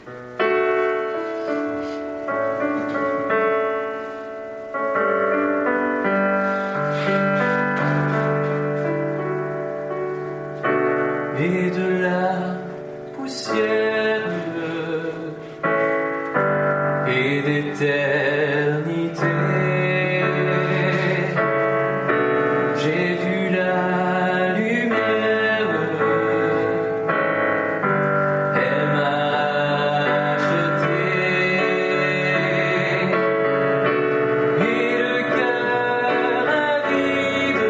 Et de la poussière et d'éternité, j'ai vu la lumière, elle m'a racheté, et le cœur avide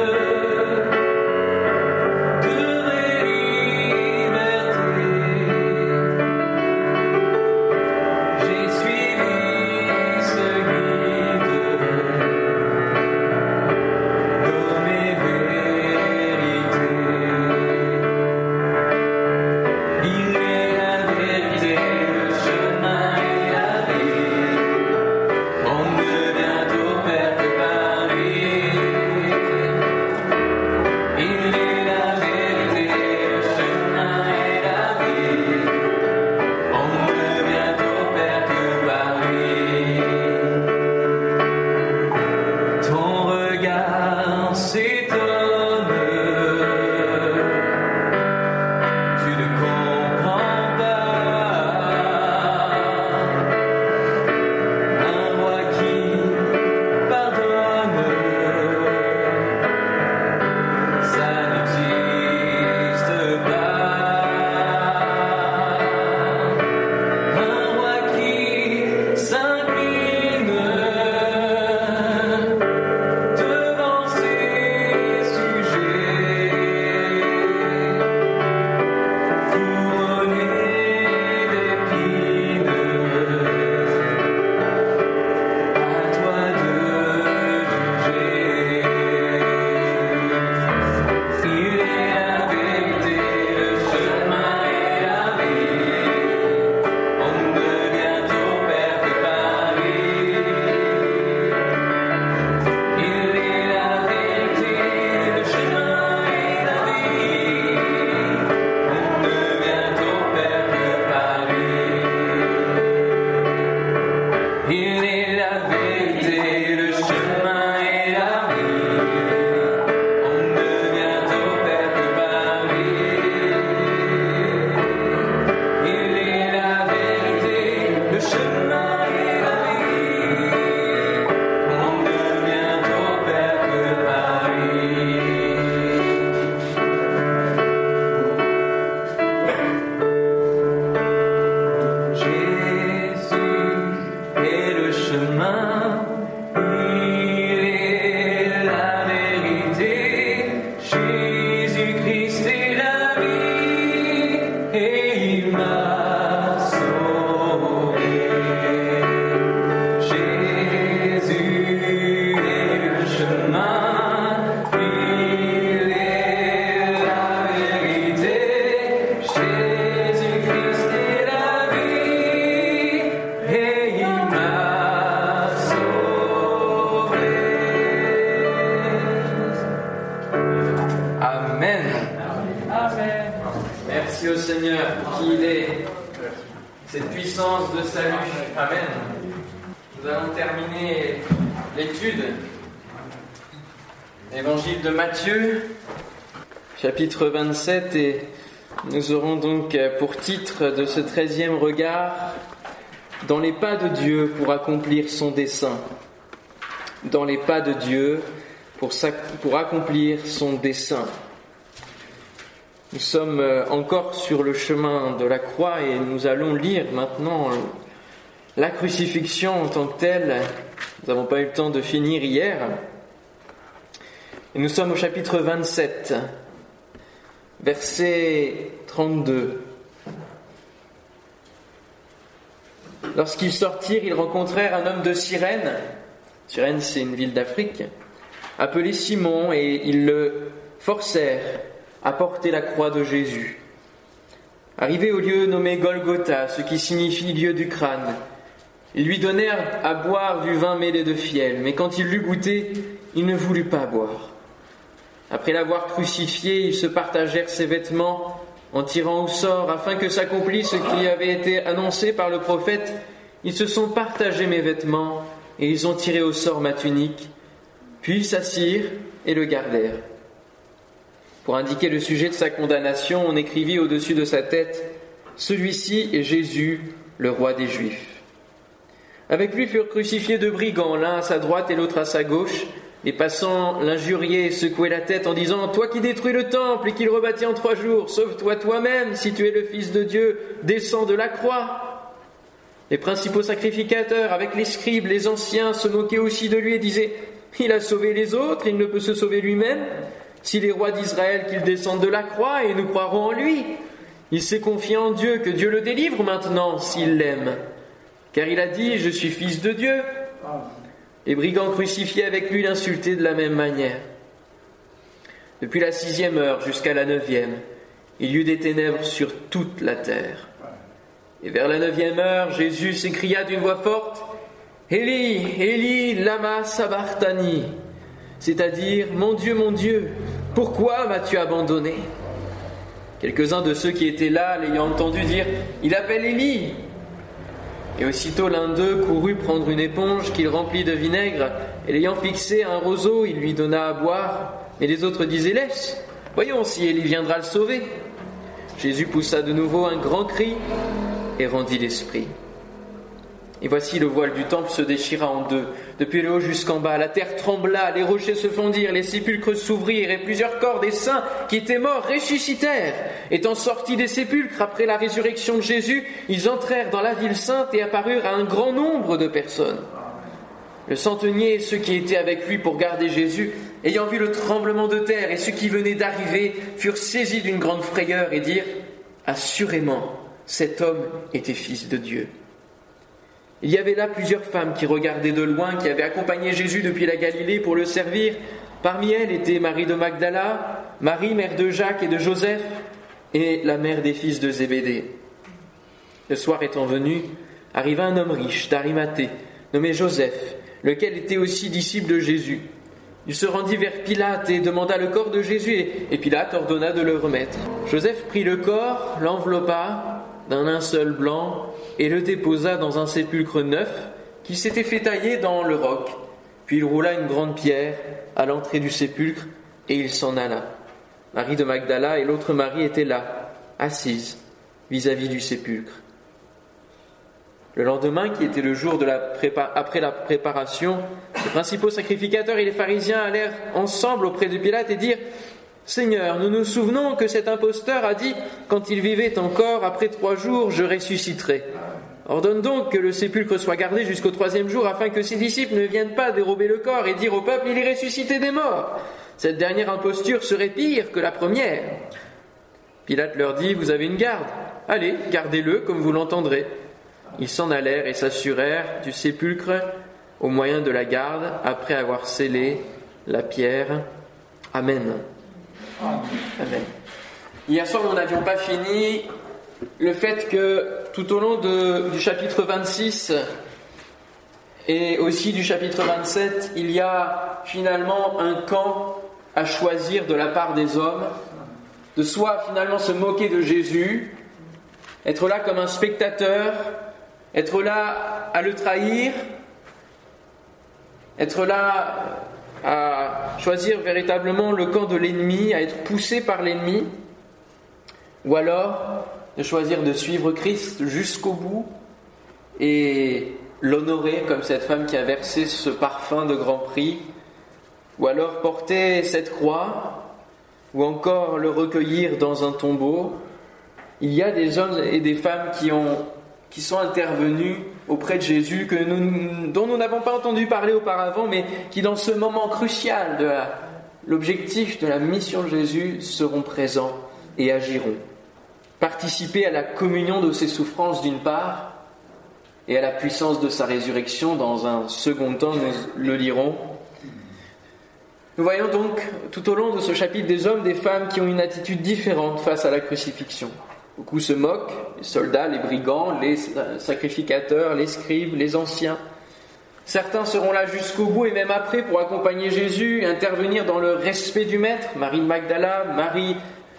Merci au Seigneur pour qui il est, cette puissance de salut. Amen. Nous allons terminer l'étude. Évangile de Matthieu, chapitre 27, et nous aurons donc pour titre de ce 13e regard « Dans les pas de Dieu pour accomplir son dessein ». Dans les pas de Dieu pour accomplir son dessein. Nous sommes encore sur le chemin de la croix et nous allons lire maintenant la crucifixion en tant que telle. Nous n'avons pas eu le temps de finir hier. Et nous sommes au chapitre 27, verset 32. Lorsqu'ils sortirent, ils rencontrèrent un homme de Cyrène. Cyrène, c'est une ville d'Afrique, appelé Simon, et ils le forcèrent à porter la croix de Jésus. Arrivés au lieu nommé Golgotha, ce qui signifie lieu du crâne, ils lui donnèrent à boire du vin mêlé de fiel, mais quand il l'eut goûté, il ne voulut pas boire. Après l'avoir crucifié, ils se partagèrent ses vêtements en tirant au sort afin que s'accomplisse ce qui avait été annoncé par le prophète. Ils se sont partagés mes vêtements et ils ont tiré au sort ma tunique. Puis ils s'assirent et le gardèrent. Pour indiquer le sujet de sa condamnation, on écrivit au-dessus de sa tête « Celui-ci est Jésus, le roi des Juifs ». Avec lui furent crucifiés deux brigands, l'un à sa droite et l'autre à sa gauche. Les passants l'injuriaient et secouaient la tête en disant « Toi qui détruis le temple et qui le rebâtis en 3 jours, sauve-toi toi-même, si tu es le Fils de Dieu, descends de la croix !» Les principaux sacrificateurs, avec les scribes, les anciens, se moquaient aussi de lui et disaient « Il a sauvé les autres, il ne peut se sauver lui-même. S'il est roi d'Israël, qu'il descende de la croix et nous croirons en lui. Il s'est confié en Dieu, que Dieu le délivre maintenant, s'il l'aime. Car il a dit « Je suis fils de Dieu ». Les brigands crucifiés avec lui l'insultaient de la même manière. Depuis la 6e heure jusqu'à la 9e, il y eut des ténèbres sur toute la terre. Et vers la 9e heure, Jésus s'écria d'une voix forte « Élie, Élie, lama sabachthani » c'est-à-dire « Mon Dieu, pourquoi m'as-tu abandonné ?» Quelques-uns de ceux qui étaient là, l'ayant entendu dire « Il appelle Élie !» Et aussitôt l'un d'eux courut prendre une éponge qu'il remplit de vinaigre, et l'ayant fixée à un roseau, il lui donna à boire. Mais les autres disaient « Laisse, voyons si Élie viendra le sauver. » Jésus poussa de nouveau un grand cri et rendit l'esprit. Et voici le voile du temple se déchira en deux, depuis le haut jusqu'en bas. La terre trembla, les rochers se fondirent, les sépulcres s'ouvrirent, et plusieurs corps des saints qui étaient morts ressuscitèrent. Étant sortis des sépulcres après la résurrection de Jésus, ils entrèrent dans la ville sainte et apparurent à un grand nombre de personnes. Le centenier et ceux qui étaient avec lui pour garder Jésus, ayant vu le tremblement de terre et ceux qui venaient d'arriver, furent saisis d'une grande frayeur et dirent « Assurément, cet homme était fils de Dieu ». Il y avait là plusieurs femmes qui regardaient de loin, qui avaient accompagné Jésus depuis la Galilée pour le servir. Parmi elles étaient Marie de Magdala, Marie, mère de Jacques et de Joseph, et la mère des fils de Zébédée. Le soir étant venu, arriva un homme riche d'Arimathée, nommé Joseph, lequel était aussi disciple de Jésus. Il se rendit vers Pilate et demanda le corps de Jésus, et Pilate ordonna de le remettre. Joseph prit le corps, l'enveloppa d'un linceul blanc, et le déposa dans un sépulcre neuf qui s'était fait tailler dans le roc. Puis il roula une grande pierre à l'entrée du sépulcre et il s'en alla. Marie de Magdala et l'autre Marie étaient là, assises vis-à-vis du sépulcre. Le lendemain, qui était le jour après la préparation, les principaux sacrificateurs et les pharisiens allèrent ensemble auprès de Pilate et dirent « Seigneur, nous nous souvenons que cet imposteur a dit, quand il vivait encore, après 3 jours, je ressusciterai. Ordonne donc que le sépulcre soit gardé jusqu'au 3e jour, afin que ses disciples ne viennent pas dérober le corps et dire au peuple, il est ressuscité des morts. Cette dernière imposture serait pire que la première. » Pilate leur dit, « Vous avez une garde. Allez, gardez-le comme vous l'entendrez. » Ils s'en allèrent et s'assurèrent du sépulcre au moyen de la garde, après avoir scellé la pierre. Amen. Amen. Hier soir, nous n'avions pas fini le fait que tout au long du chapitre 26 et aussi du chapitre 27, il y a finalement un camp à choisir de la part des hommes, de soit finalement se moquer de Jésus, être là comme un spectateur, être là à le trahir, être là à choisir véritablement le camp de l'ennemi, à être poussé par l'ennemi, ou alors de choisir de suivre Christ jusqu'au bout et l'honorer comme cette femme qui a versé ce parfum de grand prix, ou alors porter cette croix, ou encore le recueillir dans un tombeau. Il y a des hommes et des femmes qui sont intervenus auprès de Jésus, dont nous n'avons pas entendu parler auparavant, mais qui dans ce moment crucial de l'objectif de la mission de Jésus seront présents et agiront. Participer à la communion de ses souffrances d'une part, et à la puissance de sa résurrection dans un second temps, nous le lirons. Nous voyons donc tout au long de ce chapitre des hommes, des femmes qui ont une attitude différente face à la crucifixion. Beaucoup se moquent, les soldats, les brigands, les sacrificateurs, les scribes, les anciens. Certains seront là jusqu'au bout et même après pour accompagner Jésus et intervenir dans le respect du Maître. Marie de Magdala, Marie,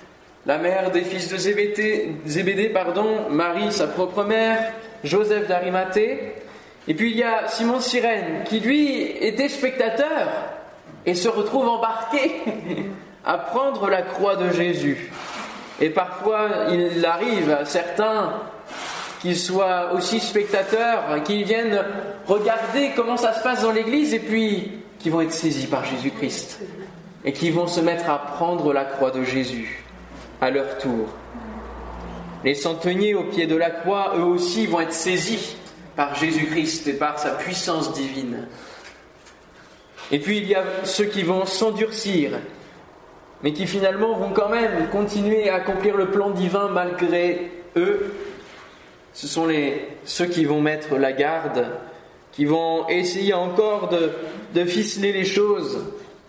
la mère des fils de Zébédée, Marie, sa propre mère, Joseph d'Arimathée. Et puis il y a Simon de Cyrène, qui lui était spectateur et se retrouve embarqué à prendre la croix de Jésus. Et parfois, il arrive à certains qui soient aussi spectateurs, qui viennent regarder comment ça se passe dans l'église et puis qui vont être saisis par Jésus-Christ et qui vont se mettre à prendre la croix de Jésus à leur tour. Les centeniers au pied de la croix, eux aussi, vont être saisis par Jésus-Christ et par sa puissance divine. Et puis il y a ceux qui vont s'endurcir, mais qui finalement vont quand même continuer à accomplir le plan divin malgré eux. Ce sont ceux qui vont mettre la garde, qui vont essayer encore de ficeler les choses.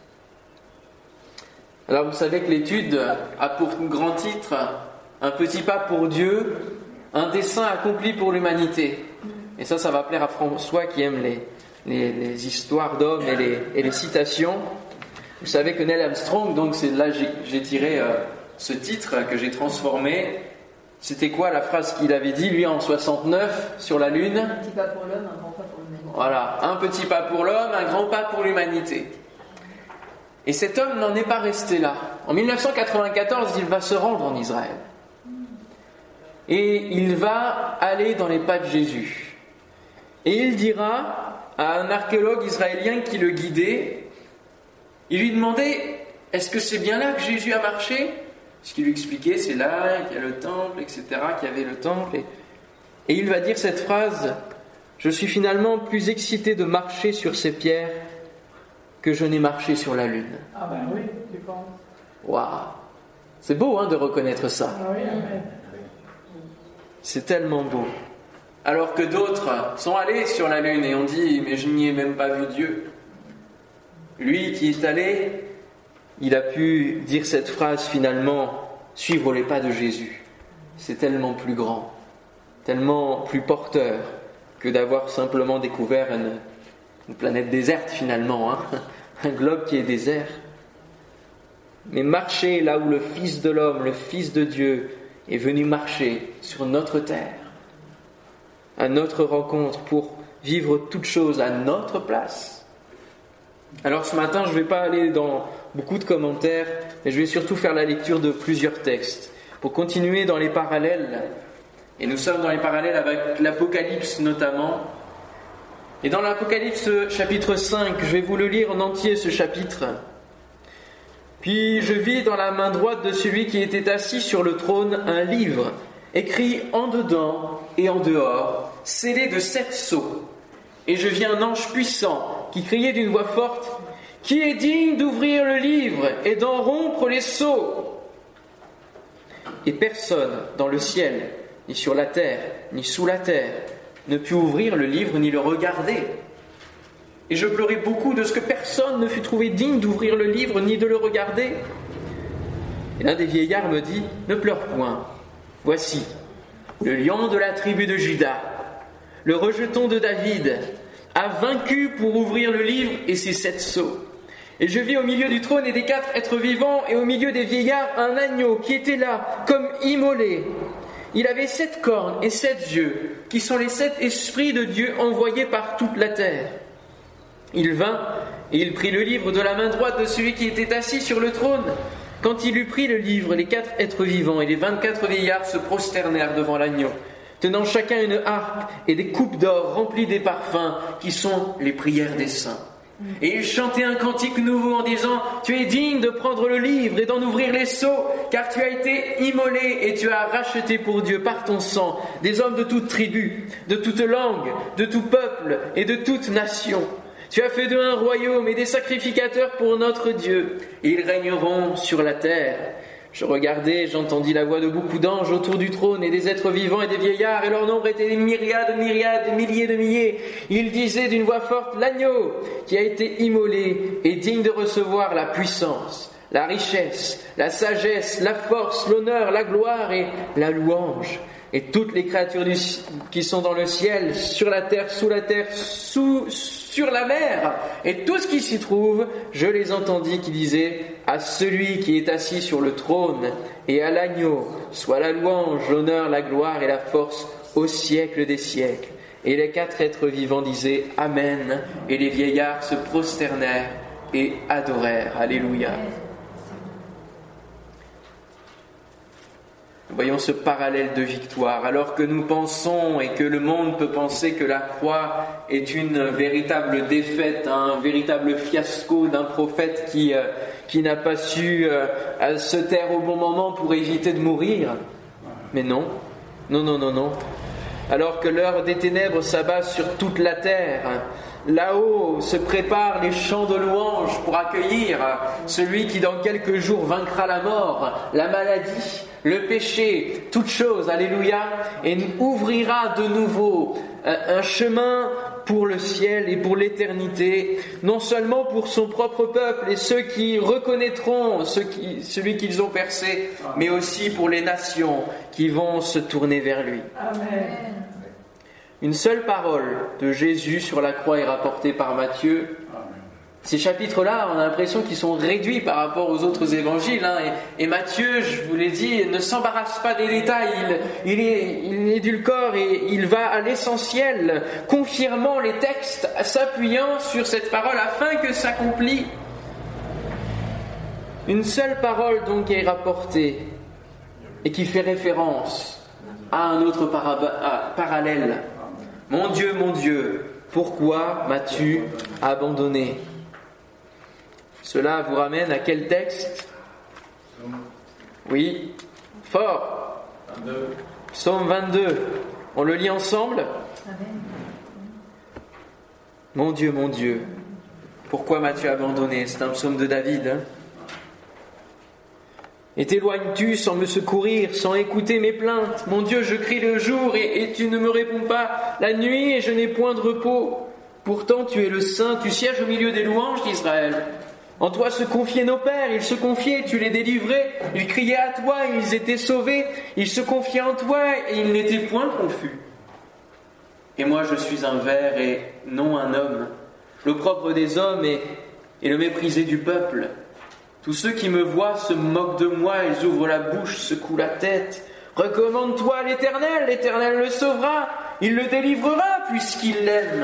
Alors vous savez que l'étude a pour grand titre « Un petit pas pour Dieu, un dessein accompli pour l'humanité ». Et ça va plaire à François qui aime les histoires d'hommes et les citations. Vous savez que Neil Armstrong, donc c'est là j'ai tiré ce titre que j'ai transformé. C'était quoi la phrase qu'il avait dit, lui, en 69, sur la Lune ? Un petit pas pour l'homme, un grand pas pour l'humanité. Voilà, un petit pas pour l'homme, un grand pas pour l'humanité. Et cet homme n'en est pas resté là. En 1994, il va se rendre en Israël. Et il va aller dans les pas de Jésus. Et il dira à un archéologue israélien qui le guidait, il lui demandait, est-ce que c'est bien là que Jésus a marché ? Ce qu'il lui expliquait, c'est là qu'il y a le temple, etc., qu'il y avait le temple. Et il va dire cette phrase, « Je suis finalement plus excité de marcher sur ces pierres que je n'ai marché sur la lune. » Ah ben oui, tu penses. Waouh! C'est beau de reconnaître ça. Ah oui, amen. C'est tellement beau. Alors que d'autres sont allés sur la lune et ont dit, « Mais je n'y ai même pas vu Dieu. » Lui qui est allé, il a pu dire cette phrase finalement, suivre les pas de Jésus. C'est tellement plus grand, tellement plus porteur que d'avoir simplement découvert une planète déserte finalement, un globe qui est désert. Mais marcher là où le Fils de l'homme, le Fils de Dieu, est venu marcher sur notre terre, à notre rencontre, pour vivre toutes choses à notre place. Alors ce matin, je ne vais pas aller dans beaucoup de commentaires, mais je vais surtout faire la lecture de plusieurs textes, pour continuer dans les parallèles. Et nous sommes dans les parallèles avec l'Apocalypse notamment. Et dans l'Apocalypse chapitre 5, je vais vous le lire en entier ce chapitre. « Puis je vis dans la main droite de celui qui était assis sur le trône un livre, écrit en dedans et en dehors, scellé de 7 sceaux. Et je vis un ange puissant qui criait d'une voix forte, « Qui est digne d'ouvrir le livre et d'en rompre les sceaux ?» Et personne dans le ciel, ni sur la terre, ni sous la terre, ne put ouvrir le livre ni le regarder. Et je pleurais beaucoup de ce que personne ne fut trouvé digne d'ouvrir le livre ni de le regarder. Et l'un des vieillards me dit, « Ne pleure point. Voici, le lion de la tribu de Juda, le rejeton de David, a vaincu pour ouvrir le livre et ses 7 sceaux. Et je vis au milieu du trône et des 4 êtres vivants et au milieu des vieillards un agneau qui était là, comme immolé. Il avait 7 cornes et 7 yeux, qui sont les 7 esprits de Dieu envoyés par toute la terre. Il vint et il prit le livre de la main droite de celui qui était assis sur le trône. Quand il eut pris le livre, les 4 êtres vivants et les 24 vieillards se prosternèrent devant l'agneau, tenant chacun une harpe et des coupes d'or remplies des parfums qui sont les prières des saints. Et ils chantaient un cantique nouveau en disant, « Tu es digne de prendre le livre et d'en ouvrir les sceaux, car tu as été immolé et tu as racheté pour Dieu par ton sang des hommes de toute tribu, de toute langue, de tout peuple et de toute nation. Tu as fait d'eux un royaume et des sacrificateurs pour notre Dieu, et ils régneront sur la terre. » Je regardais, j'entendis la voix de beaucoup d'anges autour du trône et des êtres vivants et des vieillards, et leur nombre était des myriades, des milliers de milliers. Ils disaient d'une voix forte, « L'agneau qui a été immolé est digne de recevoir la puissance, la richesse, la sagesse, la force, l'honneur, la gloire et la louange. » Et toutes les créatures qui sont dans le ciel, sur la terre, sous la terre, sur la mer, et tout ce qui s'y trouve, je les entendis qui disaient « À celui qui est assis sur le trône et à l'agneau, soit la louange, l'honneur, la gloire et la force au siècle des siècles. Et les 4 êtres vivants disaient Amen. Et les vieillards se prosternèrent et adorèrent. Alléluia. Voyons ce parallèle de victoire. Alors que nous pensons et que le monde peut penser que la croix est une véritable défaite, un véritable fiasco d'un prophète qui n'a pas su se taire au bon moment pour éviter de mourir. Mais non. Alors que l'heure des ténèbres s'abat sur toute la terre, là-haut se préparent les chants de louange pour accueillir celui qui dans quelques jours vaincra la mort, la maladie, le péché, toute chose, alléluia, et ouvrira de nouveau un chemin pour le ciel et pour l'éternité, non seulement pour son propre peuple et ceux qui reconnaîtront celui qu'ils ont percé, mais aussi pour les nations qui vont se tourner vers lui. Amen. Une seule parole de Jésus sur la croix est rapportée par Matthieu. Ces chapitres-là, on a l'impression qu'ils sont réduits par rapport aux autres évangiles. Et Matthieu, je vous l'ai dit, ne s'embarrasse pas des détails. Il édulcore et il va à l'essentiel, confirmant les textes, s'appuyant sur cette parole afin que s'accomplisse. Une seule parole donc est rapportée et qui fait référence à un autre parallèle. Mon Dieu, pourquoi m'as-tu abandonné ? Cela vous ramène à quel texte ? Oui, fort. 22. Psaume 22. On le lit ensemble ? Amen. Mon Dieu, pourquoi m'as-tu abandonné ? C'est un psaume de David. Et t'éloignes-tu sans me secourir, sans écouter mes plaintes ? Mon Dieu, je crie le jour et tu ne me réponds pas, la nuit et je n'ai point de repos. Pourtant tu es le Saint, tu sièges au milieu des louanges d'Israël. En toi se confiaient nos pères, ils se confiaient, tu les délivrais, ils criaient à toi et ils étaient sauvés, ils se confiaient en toi et ils n'étaient point confus. Et moi je suis un ver et non un homme, l'opprobre des hommes et le méprisé du peuple. Tous ceux qui me voient se moquent de moi, ils ouvrent la bouche, secouent la tête. Recommande-toi à l'Éternel, l'Éternel le sauvera, il le délivrera puisqu'il l'aime.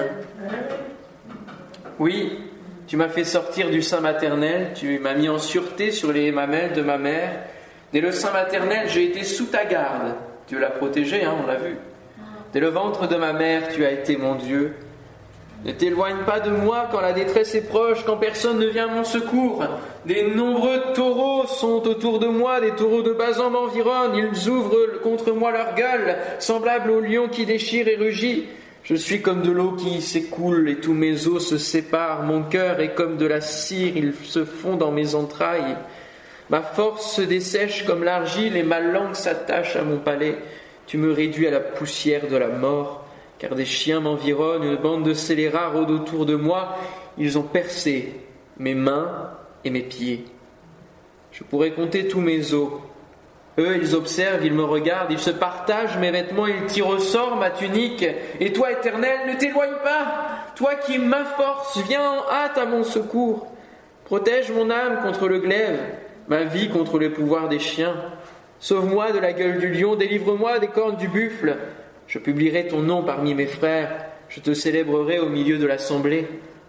Oui, tu m'as fait sortir du sein maternel, tu m'as mis en sûreté sur les mamelles de ma mère. Dès le sein maternel, j'ai été sous ta garde. Dieu l'a protégé, on l'a vu. Dès le ventre de ma mère, tu as été mon Dieu. Ne t'éloigne pas de moi quand la détresse est proche, quand personne ne vient à mon secours. Des nombreux taureaux sont autour de moi, des taureaux de Basan m'environnent. Ils ouvrent contre moi leur gueule, semblables au lion qui déchire et rugit. Je suis comme de l'eau qui s'écoule et tous mes os se séparent. Mon cœur est comme de la cire, il se fond dans mes entrailles. Ma force se dessèche comme l'argile et ma langue s'attache à mon palais. Tu me réduis à la poussière de la mort. Car des chiens m'environnent, une bande de scélérats rôde autour de moi. Ils ont percé mes mains et mes pieds. Je pourrais compter tous mes os. Eux, ils observent, ils me regardent, ils se partagent mes vêtements, ils tirent au sort ma tunique. Et toi, Éternel, ne t'éloigne pas. Toi qui ma force, viens en hâte à mon secours. Protège mon âme contre le glaive, ma vie contre le pouvoir des chiens. Sauve-moi de la gueule du lion, délivre-moi des cornes du buffle. Je publierai ton nom parmi mes frères, je te célébrerai au milieu de l'assemblée.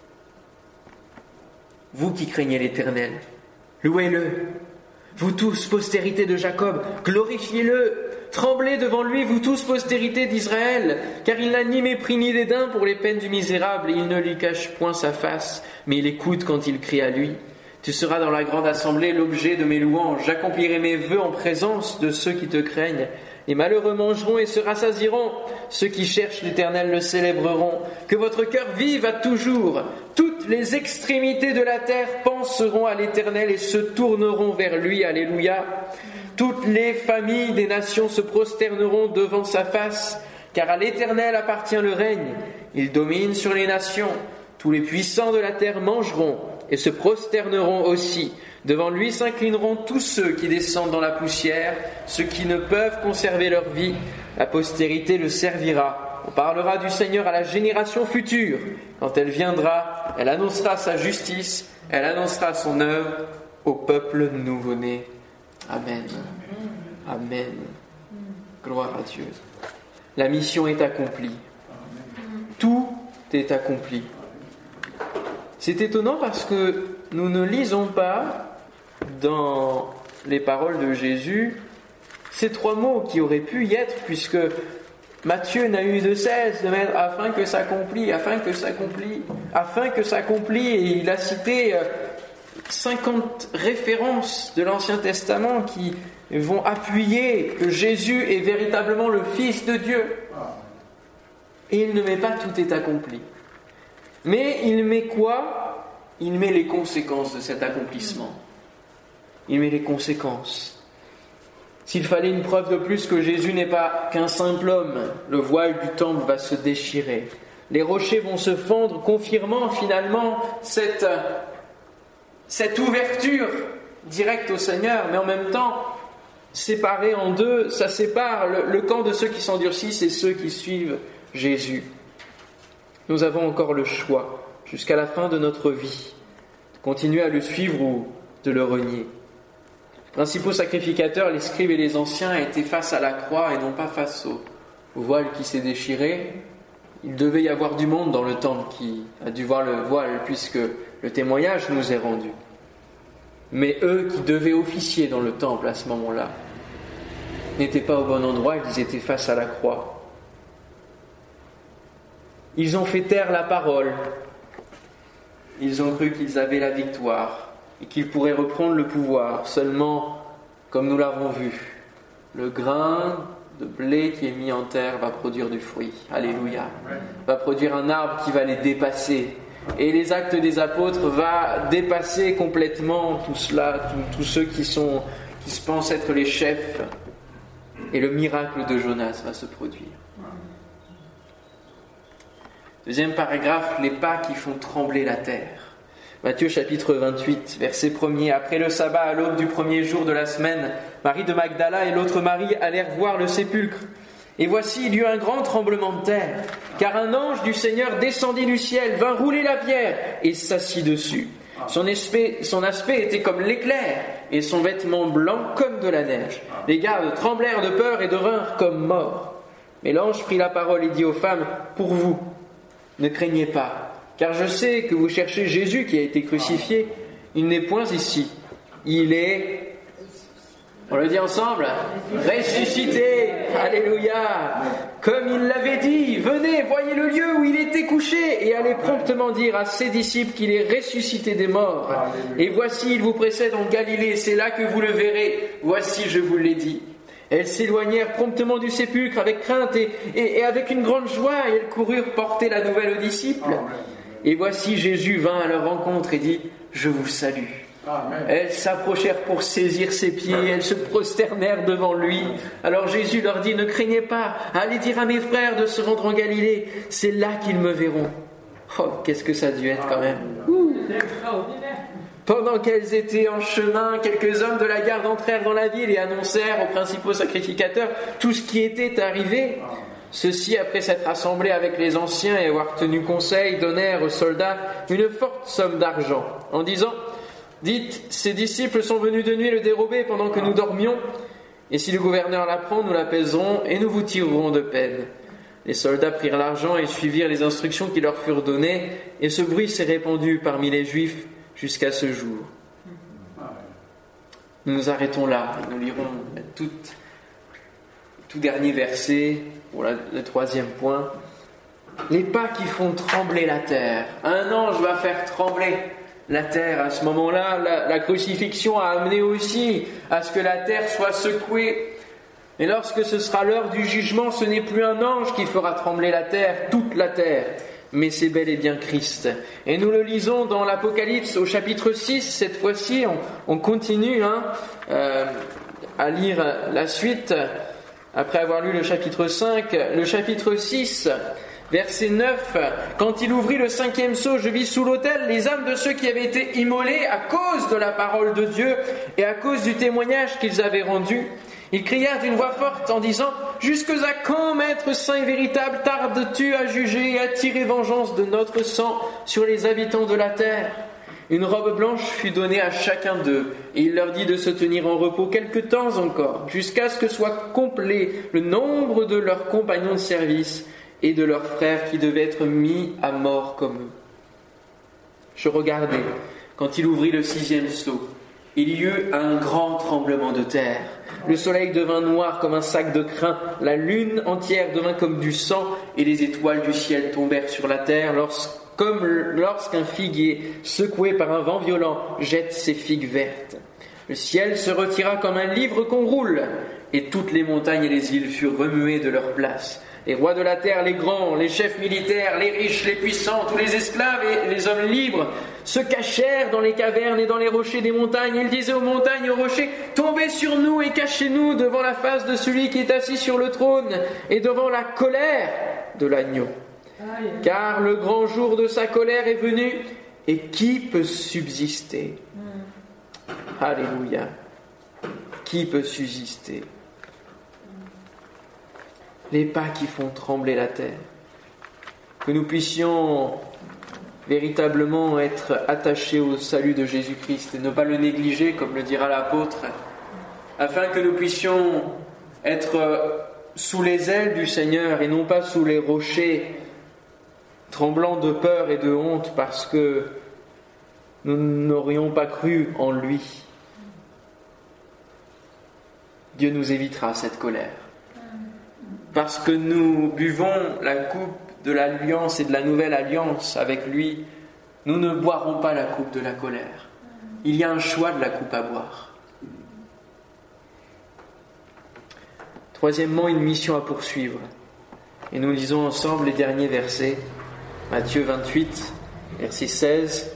Vous qui craignez l'Éternel, louez-le. Vous tous, postérité de Jacob, glorifiez-le. Tremblez devant lui, vous tous, postérité d'Israël, car il n'a ni mépris ni dédain pour les peines du misérable, et il ne lui cache point sa face, mais il écoute quand il crie à lui. Tu seras dans la grande assemblée l'objet de mes louanges. J'accomplirai mes vœux en présence de ceux qui te craignent. Les malheureux mangeront et se rassasieront. Ceux qui cherchent l'Éternel le célébreront. Que votre cœur vive à toujours. Toutes les extrémités de la terre penseront à l'Éternel et se tourneront vers lui. Alléluia. Toutes les familles des nations se prosterneront devant sa face. Car à l'Éternel appartient le règne. Il domine sur les nations. Tous les puissants de la terre mangeront et se prosterneront aussi. Devant lui s'inclineront tous ceux qui descendent dans la poussière, ceux qui ne peuvent conserver leur vie. La postérité le servira. On parlera du Seigneur à la génération future. Quand elle viendra, elle annoncera sa justice, elle annoncera son œuvre au peuple nouveau-né. Amen. Amen. Gloire à Dieu. La mission est accomplie. Tout est accompli. C'est étonnant parce que nous ne lisons pas dans les paroles de Jésus ces trois mots qui auraient pu y être, puisque Matthieu n'a eu de cesse de mettre afin que s'accomplit, afin que s'accomplit, afin que s'accomplit, et il a cité 50 références de l'Ancien Testament qui vont appuyer que Jésus est véritablement le Fils de Dieu. Et il ne met pas tout est accompli. Mais il met quoi ? Il met les conséquences de cet accomplissement. Il met les conséquences. S'il fallait une preuve de plus que Jésus n'est pas qu'un simple homme, le voile du temple va se déchirer. Les rochers vont se fendre, confirmant finalement cette ouverture directe au Seigneur, mais en même temps, séparée en deux, ça sépare le camp de ceux qui s'endurcissent et ceux qui suivent Jésus. Nous avons encore le choix, jusqu'à la fin de notre vie, de continuer à le suivre ou de le renier. Les principaux sacrificateurs, les scribes et les anciens, étaient face à la croix et non pas face au voile qui s'est déchiré. Il devait y avoir du monde dans le temple qui a dû voir le voile, puisque le témoignage nous est rendu. Mais eux qui devaient officier dans le temple à ce moment-là n'étaient pas au bon endroit, ils étaient face à la croix. Ils ont fait taire la parole. Ils ont cru qu'ils avaient la victoire et qu'ils pourraient reprendre le pouvoir. Seulement, comme nous l'avons vu, le grain de blé qui est mis en terre va produire du fruit. Alléluia. Va produire un arbre qui va les dépasser. Et les actes des apôtres va dépasser complètement tout cela, tous ceux qui se pensent être les chefs. Et le miracle de Jonas va se produire. Deuxième paragraphe, les pas qui font trembler la terre. Matthieu chapitre 28, verset 1er. Après le sabbat, à l'aube du premier jour de la semaine, Marie de Magdala et l'autre Marie allèrent voir le sépulcre. Et voici, il y eut un grand tremblement de terre, car un ange du Seigneur descendit du ciel, vint rouler la pierre et s'assit dessus. Son aspect était comme l'éclair, et son vêtement blanc comme de la neige. Les gardes tremblèrent de peur et devinrent comme morts. Mais l'ange prit la parole et dit aux femmes, « Pour vous, ne craignez pas, car je sais que vous cherchez Jésus qui a été crucifié. Il n'est point ici. Il est, on le dit ensemble, ressuscité. Alléluia. Comme il l'avait dit, venez, voyez le lieu où il était couché et allez promptement dire à ses disciples qu'il est ressuscité des morts. Et voici, il vous précède en Galilée, c'est là que vous le verrez. Voici, je vous l'ai dit. » Elles s'éloignèrent promptement du sépulcre avec crainte et avec une grande joie, et elles coururent porter la nouvelle aux disciples. Et voici Jésus vint à leur rencontre et dit « Je vous salue ». Elles s'approchèrent pour saisir ses pieds, elles se prosternèrent devant lui. Alors Jésus leur dit « Ne craignez pas, allez dire à mes frères de se rendre en Galilée, c'est là qu'ils me verront. » Oh, qu'est-ce que ça a dû être quand même. Pendant qu'elles étaient en chemin, quelques hommes de la garde entrèrent dans la ville et annoncèrent aux principaux sacrificateurs tout ce qui était arrivé. Ceux-ci, après s'être rassemblés avec les anciens et avoir tenu conseil, donnèrent aux soldats une forte somme d'argent, en disant « Dites, ces disciples sont venus de nuit le dérober pendant que nous dormions, et si le gouverneur l'apprend, nous l'apaiserons et nous vous tirerons de peine. » Les soldats prirent l'argent et suivirent les instructions qui leur furent données, et ce bruit s'est répandu parmi les Juifs jusqu'à ce jour. Nous nous arrêtons là. Nous lirons tout dernier verset pour le troisième point. Les pas qui font trembler la terre. Un ange va faire trembler la terre. À ce moment-là, la crucifixion a amené aussi à ce que la terre soit secouée. Et lorsque ce sera l'heure du jugement, ce n'est plus un ange qui fera trembler la terre, toute la terre, mais c'est bel et bien Christ. Et nous le lisons dans l'Apocalypse au chapitre 6, cette fois-ci, on continue à lire la suite, après avoir lu le chapitre 5, le chapitre 6, verset 9, « Quand il ouvrit le 5e sceau, je vis sous l'autel les âmes de ceux qui avaient été immolés à cause de la parole de Dieu et à cause du témoignage qu'ils avaient rendu. Ils crièrent d'une voix forte en disant « Jusque à quand, Maître saint et véritable, tardes-tu à juger et à tirer vengeance de notre sang sur les habitants de la terre ? Une robe blanche fut donnée à chacun d'eux, et il leur dit de se tenir en repos quelque temps encore, jusqu'à ce que soit complet le nombre de leurs compagnons de service et de leurs frères qui devaient être mis à mort comme eux. Je regardai, quand il ouvrit le 6e sceau, il y eut un grand tremblement de terre. Le soleil devint noir comme un sac de crin, la lune entière devint comme du sang, et les étoiles du ciel tombèrent sur la terre, comme lorsqu'un figuier, secoué par un vent violent, jette ses figues vertes. Le ciel se retira comme un livre qu'on roule, et toutes les montagnes et les îles furent remuées de leur place. Les rois de la terre, les grands, les chefs militaires, les riches, les puissants, tous les esclaves et les hommes libres se cachèrent dans les cavernes et dans les rochers des montagnes. Ils disaient aux montagnes et aux rochers, tombez sur nous et cachez-nous devant la face de celui qui est assis sur le trône et devant la colère de l'agneau. Car le grand jour de sa colère est venu, et qui peut subsister? Alléluia. Qui peut subsister? Les pas qui font trembler la terre. Que nous puissions véritablement être attachés au salut de Jésus-Christ et ne pas le négliger, comme le dira l'apôtre, afin que nous puissions être sous les ailes du Seigneur et non pas sous les rochers, tremblant de peur et de honte parce que nous n'aurions pas cru en lui. Dieu nous évitera cette colère. Parce que nous buvons la coupe de l'alliance et de la nouvelle alliance avec lui, nous ne boirons pas la coupe de la colère. Il y a un choix de la coupe à boire. Troisièmement, une mission à poursuivre. Et nous lisons ensemble les derniers versets. Matthieu 28, verset 16.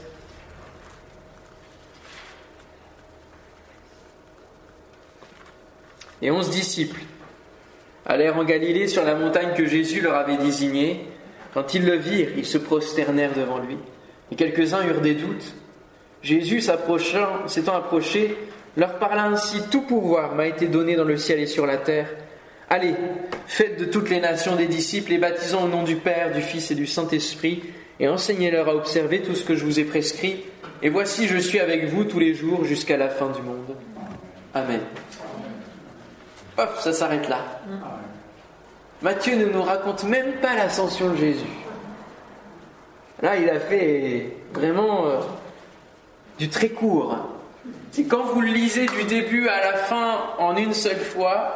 Et 11 disciples allèrent en Galilée sur la montagne que Jésus leur avait désignée. Quand ils le virent, ils se prosternèrent devant lui. Et quelques-uns eurent des doutes. Jésus, s'étant approché, leur parla ainsi: tout pouvoir m'a été donné dans le ciel et sur la terre. Allez, faites de toutes les nations des disciples et baptisons au nom du Père, du Fils et du Saint-Esprit, et enseignez-leur à observer tout ce que je vous ai prescrit. Et voici, je suis avec vous tous les jours jusqu'à la fin du monde. Amen. Hop, ça s'arrête là. Matthieu ne nous raconte même pas l'ascension de Jésus. Là, il a fait vraiment du très court. Et quand vous le lisez du début à la fin en une seule fois,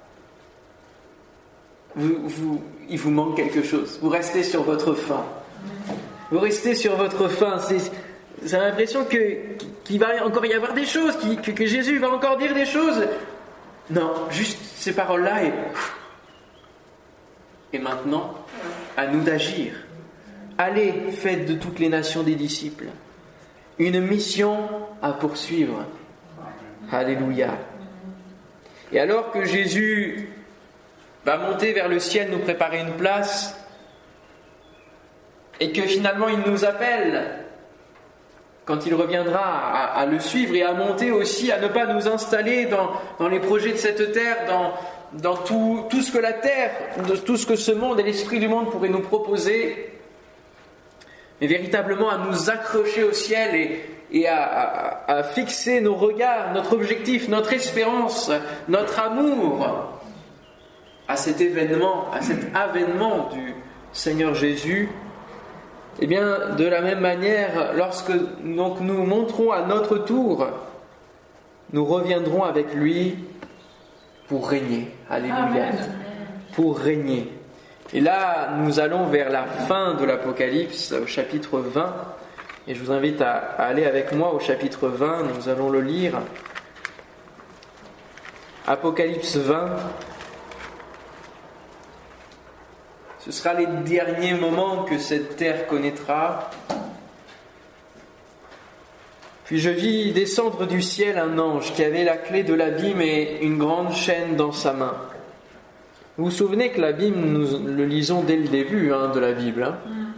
il vous manque quelque chose. Vous restez sur votre faim. Vous restez sur votre faim. C'est l'impression qu'il va encore y avoir des choses, que Jésus va encore dire des choses. Non, juste ces paroles-là et maintenant, à nous d'agir. Allez, faites de toutes les nations des disciples. Une mission à poursuivre. Alléluia. Et alors que Jésus va monter vers le ciel, nous préparer une place, et que finalement il nous appelle, quand il reviendra, à le suivre et à monter aussi, à ne pas nous installer dans les projets de cette terre, dans tout ce que la terre, tout ce que ce monde et l'esprit du monde pourraient nous proposer, mais véritablement à nous accrocher au ciel et à fixer nos regards, notre objectif, notre espérance, notre amour à cet événement, à cet avènement du Seigneur Jésus. Eh bien, de la même manière, lorsque donc, nous monterons à notre tour, nous reviendrons avec lui pour régner. Alléluia. Amen. Pour régner. Et là, nous allons vers la fin de l'Apocalypse, au chapitre 20. Et je vous invite à aller avec moi au chapitre 20, nous allons le lire. Apocalypse 20. Ce sera les derniers moments que cette terre connaîtra. Puis je vis descendre du ciel un ange qui avait la clé de l'abîme et une grande chaîne dans sa main. Vous vous souvenez que l'abîme, nous le lisons dès le début de la Bible.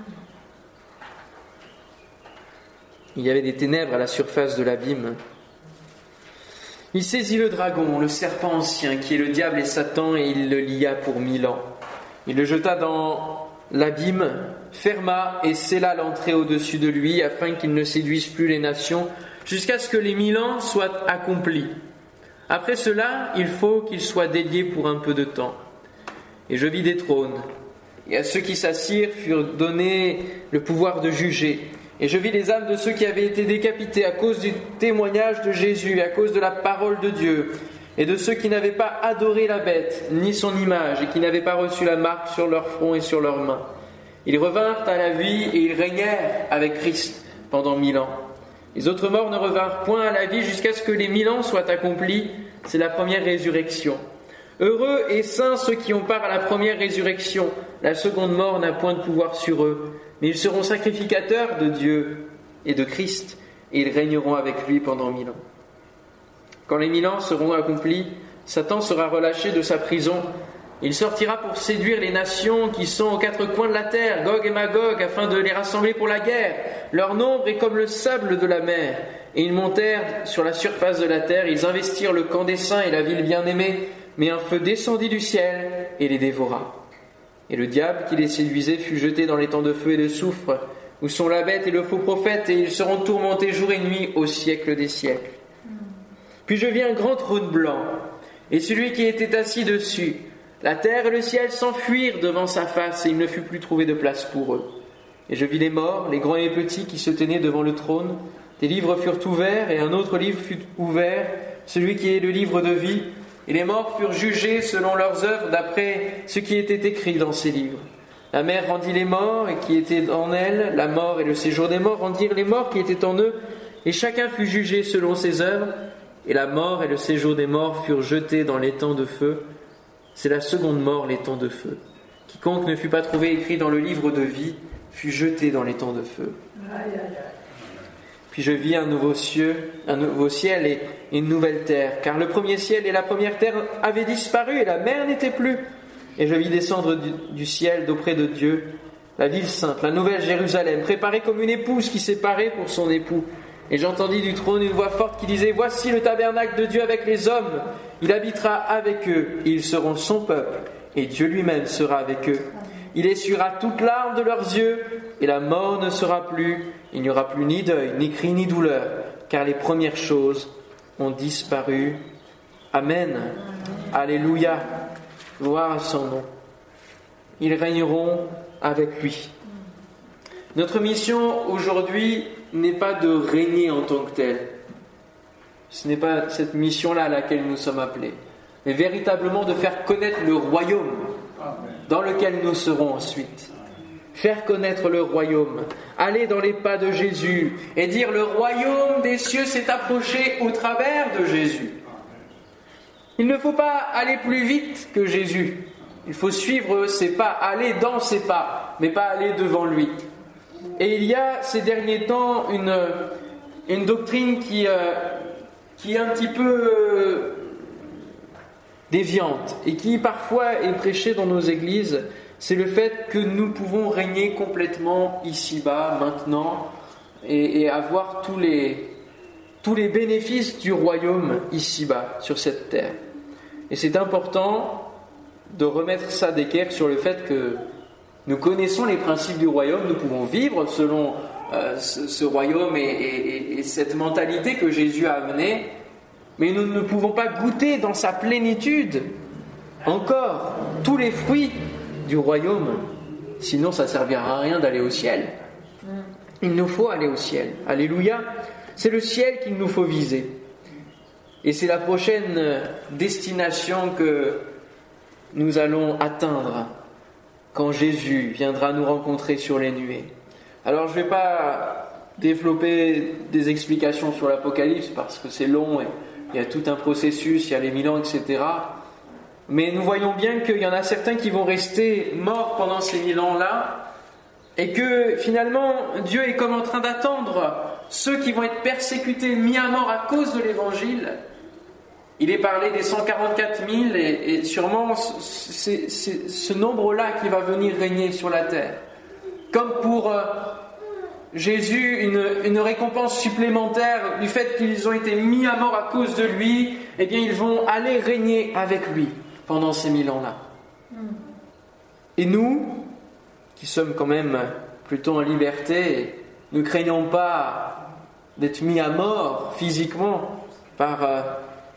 Il y avait des ténèbres à la surface de l'abîme. Il saisit le dragon, le serpent ancien, qui est le diable et Satan, et il le lia pour 1000 ans. Il le jeta dans l'abîme, ferma et scella l'entrée au-dessus de lui, afin qu'il ne séduise plus les nations, jusqu'à ce que les 1000 ans soient accomplis. Après cela, il faut qu'il soit délié pour un peu de temps. Et je vis des trônes, et à ceux qui s'assirent furent donnés le pouvoir de juger. Et je vis les âmes de ceux qui avaient été décapités à cause du témoignage de Jésus, à cause de la parole de Dieu, et de ceux qui n'avaient pas adoré la bête, ni son image, et qui n'avaient pas reçu la marque sur leur front et sur leurs mains. Ils revinrent à la vie et ils régnèrent avec Christ pendant 1000 ans. Les autres morts ne revinrent point à la vie jusqu'à ce que les 1000 ans soient accomplis. C'est la première résurrection. Heureux et saints ceux qui ont part à la première résurrection. La seconde mort n'a point de pouvoir sur eux, mais ils seront sacrificateurs de Dieu et de Christ, et ils régneront avec lui pendant 1000 ans. Quand les 1000 ans seront accomplis, Satan sera relâché de sa prison. Il sortira pour séduire les nations qui sont aux 4 coins de la terre, Gog et Magog, afin de les rassembler pour la guerre. Leur nombre est comme le sable de la mer. Et ils montèrent sur la surface de la terre, ils investirent le camp des saints et la ville bien-aimée, mais un feu descendit du ciel et les dévora. Et le diable qui les séduisait fut jeté dans les temps de feu et de soufre, où sont la bête et le faux prophète, et ils seront tourmentés jour et nuit au siècle des siècles. Puis je vis un grand trône blanc, et celui qui était assis dessus. La terre et le ciel s'enfuirent devant sa face, et il ne fut plus trouvé de place pour eux. Et je vis les morts, les grands et les petits, qui se tenaient devant le trône. Des livres furent ouverts, et un autre livre fut ouvert, celui qui est le livre de vie. Et les morts furent jugés selon leurs œuvres, d'après ce qui était écrit dans ces livres. La mer rendit les morts, et qui étaient en elle, la mort et le séjour des morts rendirent les morts qui étaient en eux, et chacun fut jugé selon ses œuvres. Et la mort et le séjour des morts furent jetés dans l'étang de feu. C'est la seconde mort, l'étang de feu. Quiconque ne fut pas trouvé écrit dans le livre de vie fut jeté dans l'étang de feu. Puis je vis un nouveau ciel et une nouvelle terre, car le premier ciel et la première terre avaient disparu et la mer n'était plus. Et je vis descendre du ciel d'auprès de Dieu la ville sainte, la nouvelle Jérusalem, préparée comme une épouse qui s'est parée pour son époux. Et j'entendis du trône une voix forte qui disait « Voici le tabernacle de Dieu avec les hommes. Il habitera avec eux, et ils seront son peuple, et Dieu lui-même sera avec eux. Il essuiera toute larme de leurs yeux, et la mort ne sera plus. Il n'y aura plus ni deuil, ni cri, ni douleur, car les premières choses ont disparu. Amen. Alléluia. Gloire à son nom. Ils régneront avec lui. » Notre mission aujourd'hui n'est pas de régner en tant que tel. Ce n'est pas cette mission-là à laquelle nous sommes appelés, mais véritablement de faire connaître le royaume dans lequel nous serons ensuite. Faire connaître le royaume, aller dans les pas de Jésus et dire le royaume des cieux s'est approché au travers de Jésus. Il ne faut pas aller plus vite que Jésus. Il faut suivre ses pas, aller dans ses pas, mais pas aller devant lui. Et il y a ces derniers temps une doctrine qui est un petit peu déviante et qui parfois est prêchée dans nos églises. C'est le fait que nous pouvons régner complètement ici-bas, maintenant, et avoir tous les bénéfices du royaume ici-bas, sur cette terre. Et c'est important de remettre ça d'équerre sur le fait que nous connaissons les principes du royaume, nous pouvons vivre selon ce royaume et cette mentalité que Jésus a amenée, mais nous ne pouvons pas goûter dans sa plénitude encore tous les fruits du royaume, sinon ça ne servira à rien d'aller au ciel. Il nous faut aller au ciel. Alléluia. C'est le ciel qu'il nous faut viser. Et c'est la prochaine destination que nous allons atteindre quand Jésus viendra nous rencontrer sur les nuées. Alors je ne vais pas développer des explications sur l'Apocalypse parce que c'est long et il y a tout un processus, il y a les 1000 ans, etc. Mais nous voyons bien qu'il y en a certains qui vont rester morts pendant ces 1000 ans-là et que finalement Dieu est comme en train d'attendre ceux qui vont être persécutés, mis à mort à cause de l'Évangile. Il est parlé des 144 000 et sûrement c'est ce nombre-là qui va venir régner sur la terre. Comme pour Jésus, une récompense supplémentaire du fait qu'ils ont été mis à mort à cause de lui, eh bien ils vont aller régner avec lui pendant ces 1000 ans-là. Et nous, qui sommes quand même plutôt en liberté, ne craignons pas d'être mis à mort physiquement par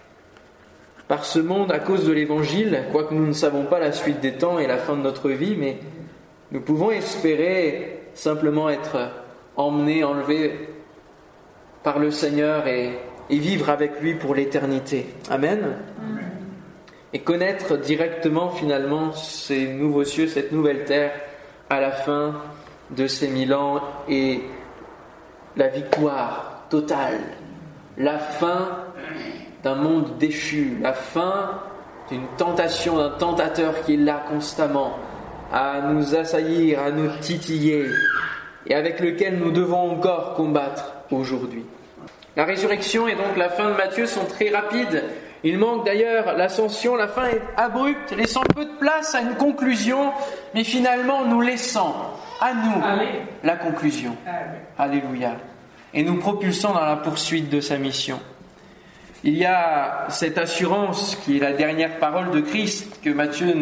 ce monde à cause de l'Évangile, quoique nous ne savons pas la suite des temps et la fin de notre vie, mais nous pouvons espérer simplement être emmenés, enlevés par le Seigneur et vivre avec lui pour l'éternité. Amen. Et connaître directement finalement ces nouveaux cieux, cette nouvelle terre à la fin de ces 1000 ans et la victoire totale, la fin d'un monde déchu, la fin d'une tentation, d'un tentateur qui est là constamment à nous assaillir, à nous titiller et avec lequel nous devons encore combattre aujourd'hui. La résurrection et donc la fin de Matthieu sont très rapides. Il manque d'ailleurs l'ascension, la fin est abrupte, laissant peu de place à une conclusion, mais finalement nous laissant à nous la conclusion. Alléluia. Et nous propulsant dans la poursuite de sa mission. Il y a cette assurance qui est la dernière parole de Christ que Matthieu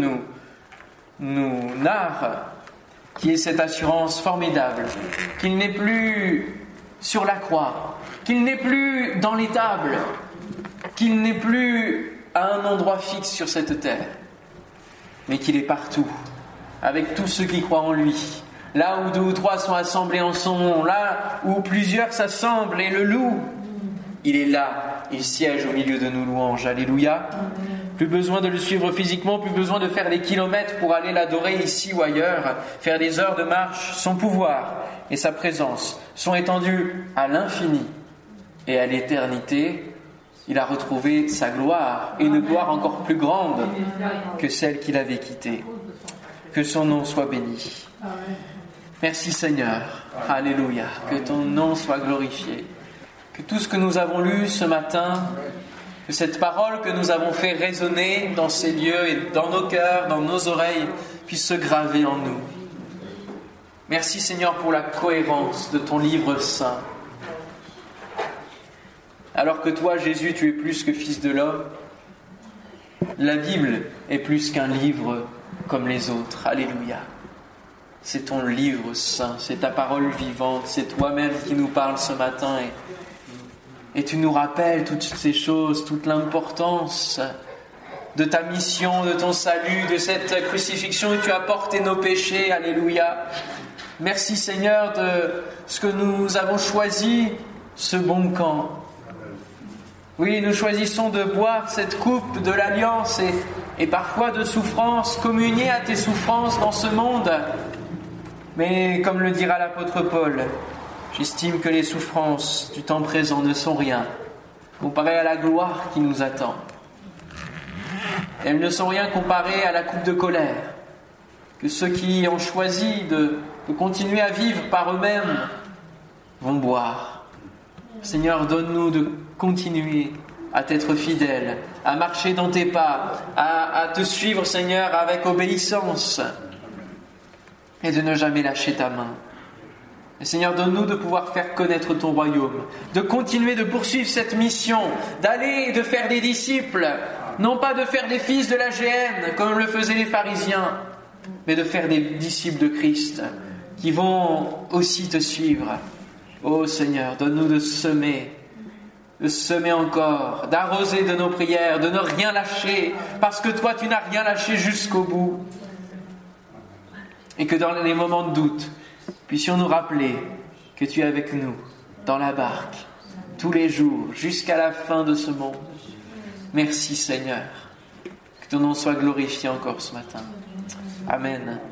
nous narre, qui est cette assurance formidable, qu'il n'est plus sur la croix, qu'il n'est plus dans l'étable, qu'il n'est plus à un endroit fixe sur cette terre, mais qu'il est partout, avec tous ceux qui croient en lui. Là où 2 ou 3 sont assemblés en son nom, là où plusieurs s'assemblent et le louent, il est là, il siège au milieu de nos louanges. Alléluia. Plus besoin de le suivre physiquement, plus besoin de faire des kilomètres pour aller l'adorer ici ou ailleurs, faire des heures de marche. Son pouvoir et sa présence sont étendus à l'infini et à l'éternité. Il a retrouvé sa gloire, et une gloire encore plus grande que celle qu'il avait quittée. Que son nom soit béni. Merci Seigneur. Alléluia. Que ton nom soit glorifié. Que tout ce que nous avons lu ce matin, que cette parole que nous avons fait résonner dans ces lieux et dans nos cœurs, dans nos oreilles, puisse se graver en nous. Merci Seigneur pour la cohérence de ton livre saint. Alors que toi, Jésus, tu es plus que Fils de l'homme, la Bible est plus qu'un livre comme les autres. Alléluia. C'est ton livre saint, c'est ta parole vivante, c'est toi-même qui nous parles ce matin et tu nous rappelles toutes ces choses, toute l'importance de ta mission, de ton salut, de cette crucifixion où tu as porté nos péchés. Alléluia. Merci Seigneur de ce que nous avons choisi, ce bon camp. Oui, nous choisissons de boire cette coupe de l'alliance et parfois de souffrance, communier à tes souffrances dans ce monde. Mais comme le dira l'apôtre Paul, j'estime que les souffrances du temps présent ne sont rien comparées à la gloire qui nous attend. Elles ne sont rien comparées à la coupe de colère que ceux qui ont choisi de continuer à vivre par eux-mêmes vont boire. Seigneur, donne-nous de continuer à t'être fidèle, à marcher dans tes pas, à te suivre, Seigneur, avec obéissance et de ne jamais lâcher ta main. Et Seigneur, donne-nous de pouvoir faire connaître ton royaume, de continuer de poursuivre cette mission, d'aller et de faire des disciples, non pas de faire des fils de la géhenne comme le faisaient les pharisiens, mais de faire des disciples de Christ qui vont aussi te suivre. Ô Seigneur, donne-nous de semer encore, d'arroser de nos prières, de ne rien lâcher, parce que toi tu n'as rien lâché jusqu'au bout. Et que dans les moments de doute, puissions nous rappeler que tu es avec nous, dans la barque, tous les jours, jusqu'à la fin de ce monde. Merci Seigneur. Que ton nom soit glorifié encore ce matin. Amen.